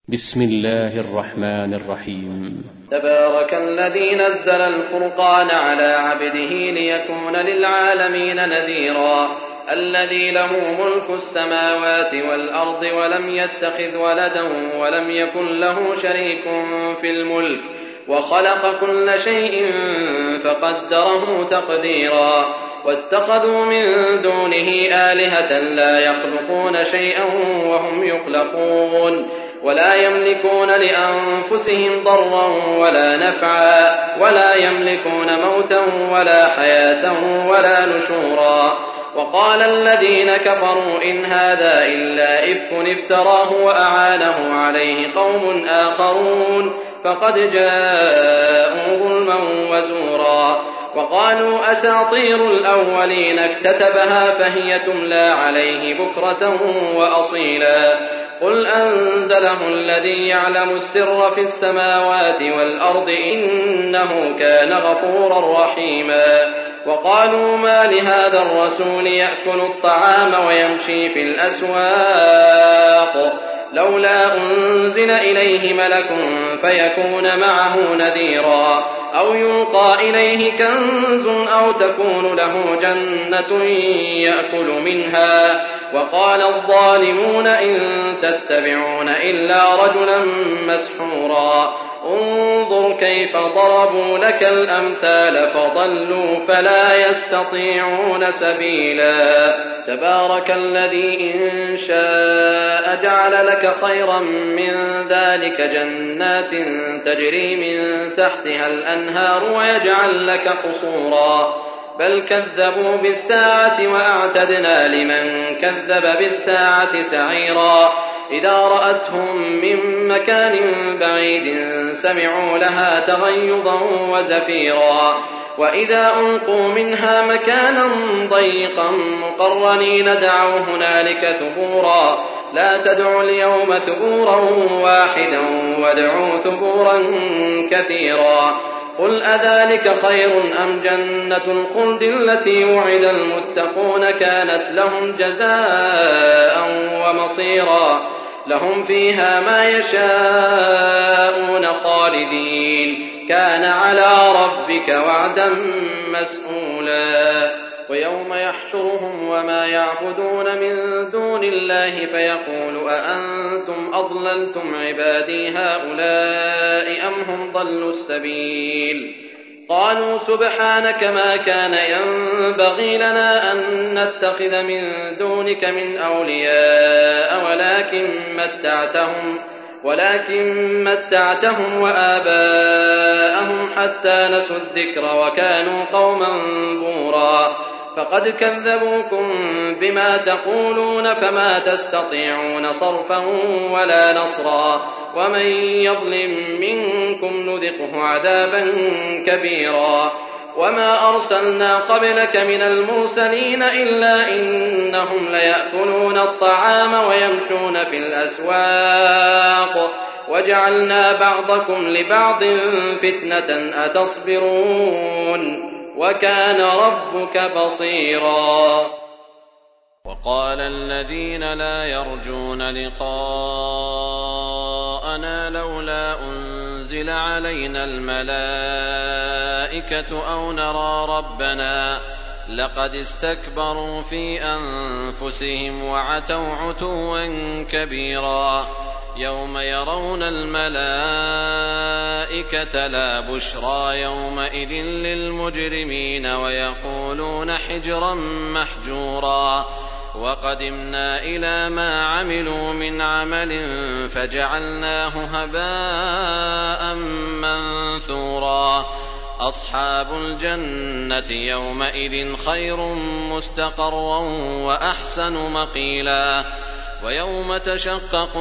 بسم الله الرحمن الرحيم. تبارك الذي نزل الفرقان على عبده ليكون للعالمين نذيرا الذي له ملك السماوات والأرض ولم يتخذ ولدا ولم يكن له شريك في الملك وخلق كل شيء فقدره تقديرا واتخذوا من دونه آلهة لا يخلقون شيئا وهم يخلقون ولا يملكون لأنفسهم ضرا ولا نفعا ولا يملكون موتا ولا حياة ولا نشورا وقال الذين كفروا إن هذا إلا إفك افتراه وأعانه عليه قوم آخرون فقد جاءوا ظلما وزورا وقالوا أساطير الأولين اكتتبها فهي تملى عليه بكرة وأصيلا قل أنزله الذي يعلم السر في السماوات والأرض إنه كان غفورا رحيما وقالوا ما لهذا الرسول يأكل الطعام ويمشي في الأسواق لولا أنزل إليه ملك فيكون معه نذيرا أو يلقى إليه كنز أو تكون له جنة يأكل منها وقال الظالمون إن تتبعون إلا رجلا مسحورا انظر كيف ضربوا لك الأمثال فضلوا فلا يستطيعون سبيلا تبارك الذي إن شاء جعل لك خيرا من ذلك جنات تجري من تحتها الأنهار ويجعل لك قصورا بل كذبوا بالساعة وأعتدنا لمن كذب بالساعة سعيرا إذا رأتهم من مكان بعيد سمعوا لها تغيظا وزفيرا وإذا ألقوا منها مكانا ضيقا مقرنين دعوا هنالك ثبورا لا تدعوا اليوم ثبورا واحدا وادعوا ثبورا كثيرا قل أذلك خير أم جنة الخلد التي وعد المتقون كانت لهم جزاء ومصيرا لهم فيها ما يشاءون خالدين كان على ربك وعدا مسئولا ويوم يحشرهم وما يعبدون من دون الله فيقول أأنتم أضللتم عبادي هؤلاء أم هم ضلوا السبيل قالوا سبحانك ما كان ينبغي لنا أن نتخذ من دونك من أولياء ولكن متعتهم وآباءهم حتى نسوا الذكر وكانوا قوما بورا فقد كذبوكم بما تقولون فما تستطيعون صرفا ولا نصرا ومن يظلم منكم نذقه عذابا كبيرا وما أرسلنا قبلك من المرسلين إلا إنهم ليأكلون الطعام ويمشون في الأسواق وجعلنا بعضكم لبعض فتنة أتصبرون وكان ربك بصيرا وقال الذين لا يرجون لقاءنا لولا أنزل علينا الملائكة أو نرى ربنا لقد استكبروا في أنفسهم وعتوا عتوا كبيرا يوم يرون الملائكة لا بشرى يومئذ للمجرمين ويقولون حجرا محجورا وقدمنا إلى ما عملوا من عمل فجعلناه هباء منثورا أصحاب الجنة يومئذ خير مستقرا وأحسن مقيلا ويوم تشقق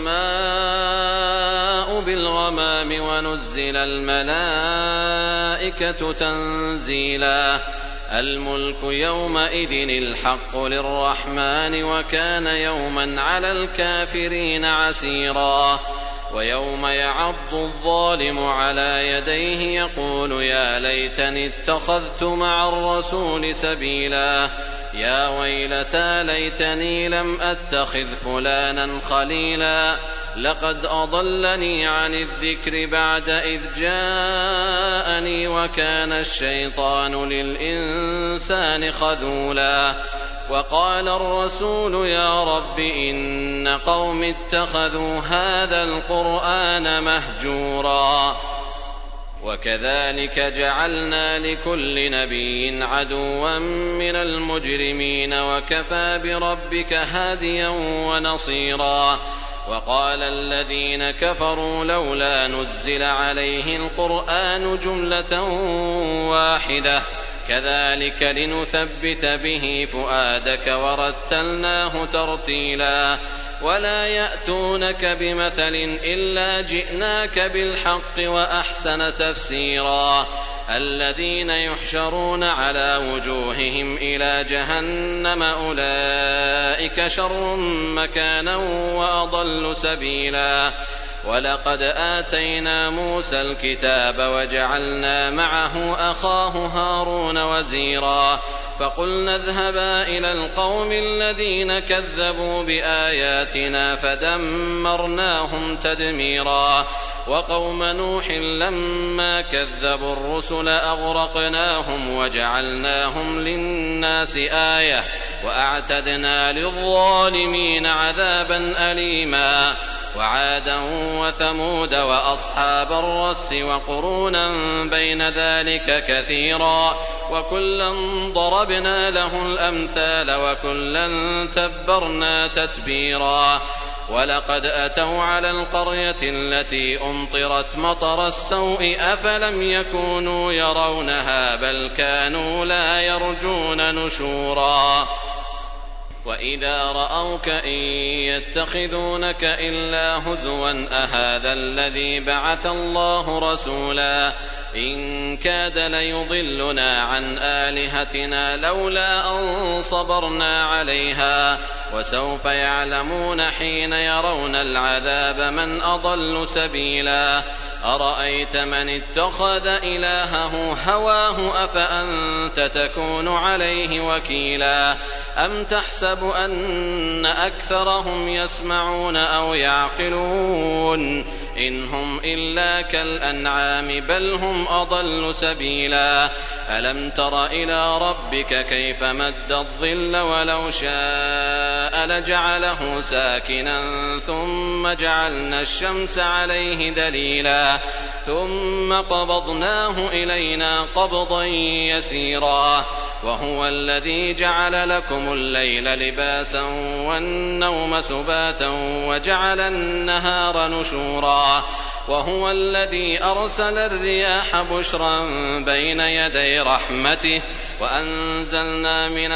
السماء بالغمام ونزل الملائكة تنزيلا الملك يومئذ الحق للرحمن وكان يوما على الكافرين عسيرا ويوم يعض الظالم على يديه يقول يا ليتني اتخذت مع الرسول سبيلا يا ويلتى ليتني لم أتخذ فلانا خليلا لقد أضلني عن الذكر بعد إذ جاءني وكان الشيطان للإنسان خذولا وقال الرسول يا رب إن قوم اتخذوا هذا القرآن مهجورا وكذلك جعلنا لكل نبي عدوا من المجرمين وكفى بربك هاديا ونصيرا وقال الذين كفروا لولا نزل عليه القرآن جملة واحدة كذلك لنثبت به فؤادك ورتلناه ترتيلا ولا يأتونك بمثل إلا جئناك بالحق وأحسن تفسيرا الذين يحشرون على وجوههم إلى جهنم أولئك شر مكانا وأضل سبيلا ولقد آتينا موسى الكتاب وجعلنا معه أخاه هارون وزيرا فقلنا اذهبا إلى القوم الذين كذبوا بآياتنا فدمرناهم تدميرا وقوم نوح لما كذبوا الرسل أغرقناهم وجعلناهم للناس آية وأعتدنا للظالمين عذابا أليما وعادا وثمود وأصحاب الرس وقرونا بين ذلك كثيرا وكلا ضربنا له الأمثال وكلا تبرنا تتبيرا ولقد أتوا على القرية التي أمطرت مطر السوء أفلم يكونوا يرونها بل كانوا لا يرجون نشورا وإذا رأوك إن يتخذونك إلا هزوا أهذا الذي بعث الله رسولا إن كاد ليضلنا عن آلهتنا لولا أن صبرنا عليها وسوف يعلمون حين يرون العذاب من أضل سبيلا أرأيت من اتخذ إلهه هواه أفأنت تكون عليه وكيلا أم تحسب أن أكثرهم يسمعون أو يعقلون إن هم إلا كالأنعام بل هم أضل سبيلا ألم تر إلى ربك كيف مد الظل ولو شاء لجعله ساكنا ثم جعلنا الشمس عليه دليلا ثم قبضناه إلينا قبضا يسيرا وهو الذي جعل لكم الليل لباسا والنوم سباتا وجعل النهار نشورا وهو الذي أرسل الرياح بشرا بين يدي رحمته وأنزلنا من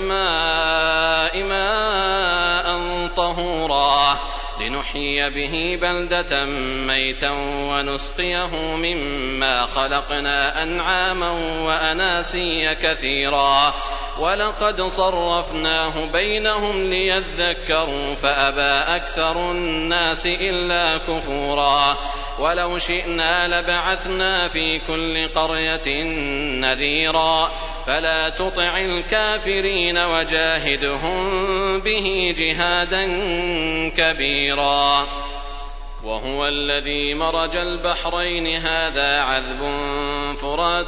السماء ماء طهورا لنحيي به بلدة ميتا ونسقيه مما خلقنا أنعاما وأناسيا كثيرا ولقد صرفناه بينهم ليذكروا فأبى أكثر الناس إلا كفورا ولو شئنا لبعثنا في كل قرية نذيرا فلا تطع الكافرين وجاهدهم به جهادا كبيرا وهو الذي مرج البحرين هذا عذب فرات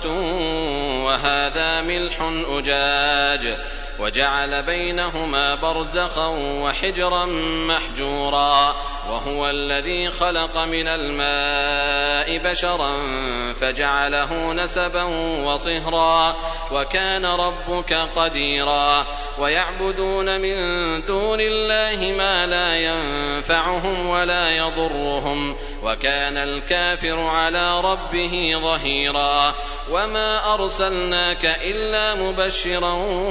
وهذا ملح أجاج وجعل بينهما برزخا وحجرا محجورا وهو الذي خلق من الماء بشرا فجعله نسبا وصهرا وكان ربك قديرا ويعبدون من دون الله ما لا ينفعهم ولا يضرهم وكان الكافر على ربه ظهيرا وما أرسلناك إلا مبشرا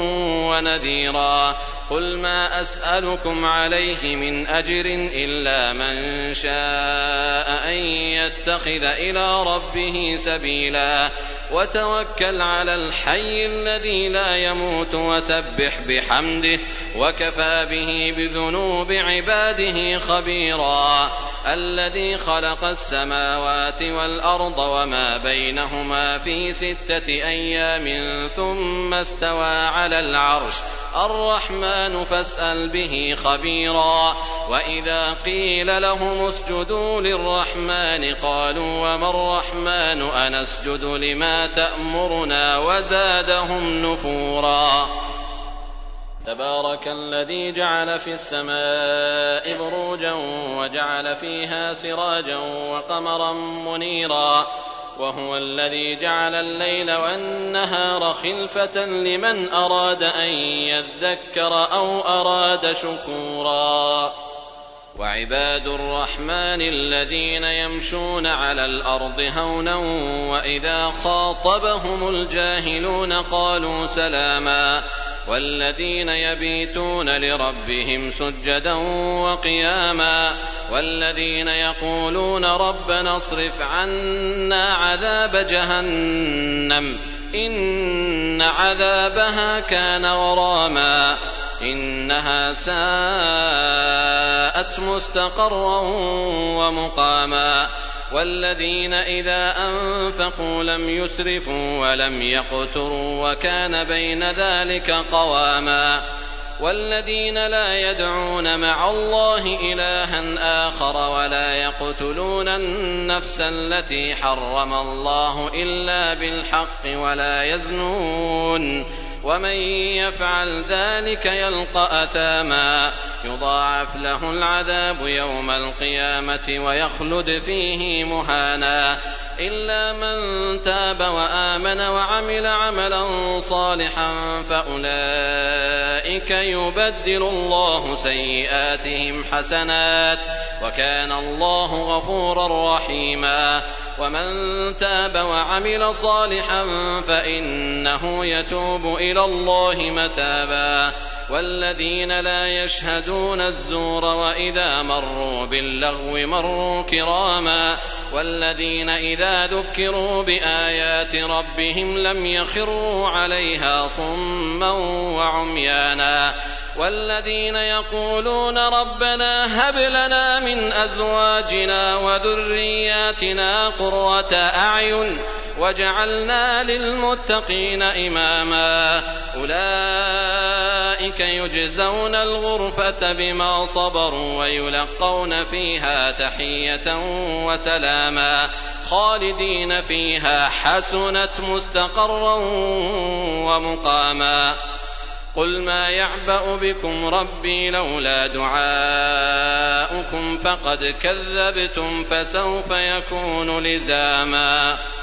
ونذيرا قل ما أسألكم عليه من أجر إلا من شاء أن يتخذ إلى ربه سبيلا وتوكل على الحي الذي لا يموت وسبح بحمده وكفى به بذنوب عباده خبيرا الذي خلق السماوات والأرض وما بينهما في 6 أيام ثم استوى على العرش الرحمن فاسأل به خبيرا. وإذا قيل لهم اسجدوا للرحمن قالوا وما الرحمن أنسجد لما تأمرنا وزادهم نفورا. تبارك الذي جعل في السماء بروجا وجعل فيها سراجا وقمرا منيرا وهو الذي جعل الليل والنهار خلفة لمن أراد أن يذكر أو أراد شكورا. وعباد الرحمن الذين يمشون على الأرض هونا وإذا خاطبهم الجاهلون قالوا سلاما والذين يبيتون لربهم سجدا وقياما والذين يقولون ربنا اصرف عنا عذاب جهنم إن عذابها كان غراما إنها ساءت مستقرا ومقاما والذين إذا أنفقوا لم يسرفوا ولم يقتروا وكان بين ذلك قواما والذين لا يدعون مع الله إلها آخر ولا يقتلون النفس التي حرم الله إلا بالحق ولا يزنون ومن يفعل ذلك يلقى أثاما يضاعف له العذاب يوم القيامة ويخلد فيه مهانا إلا من تاب وآمن وعمل عملا صالحا فأولئك يبدل الله سيئاتهم حسنات وكان الله غفورا رحيما ومن تاب وعمل صالحا فإنه يتوب إلى الله متابا والذين لا يشهدون الزور وإذا مروا باللغو مروا كراما والذين إذا ذكروا بآيات ربهم لم يخروا عليها صما وعميانا والذين يقولون ربنا هب لنا من أزواجنا وذرياتنا قرة أعين وجعلنا للمتقين إماما أولئك يجزون الغرفة بما صبروا ويلقون فيها تحية وسلاما خالدين فيها حسنت مستقرا ومقاما قل ما يعبأ بكم ربي لولا دعاؤكم فقد كذبتم فسوف يكون لزاما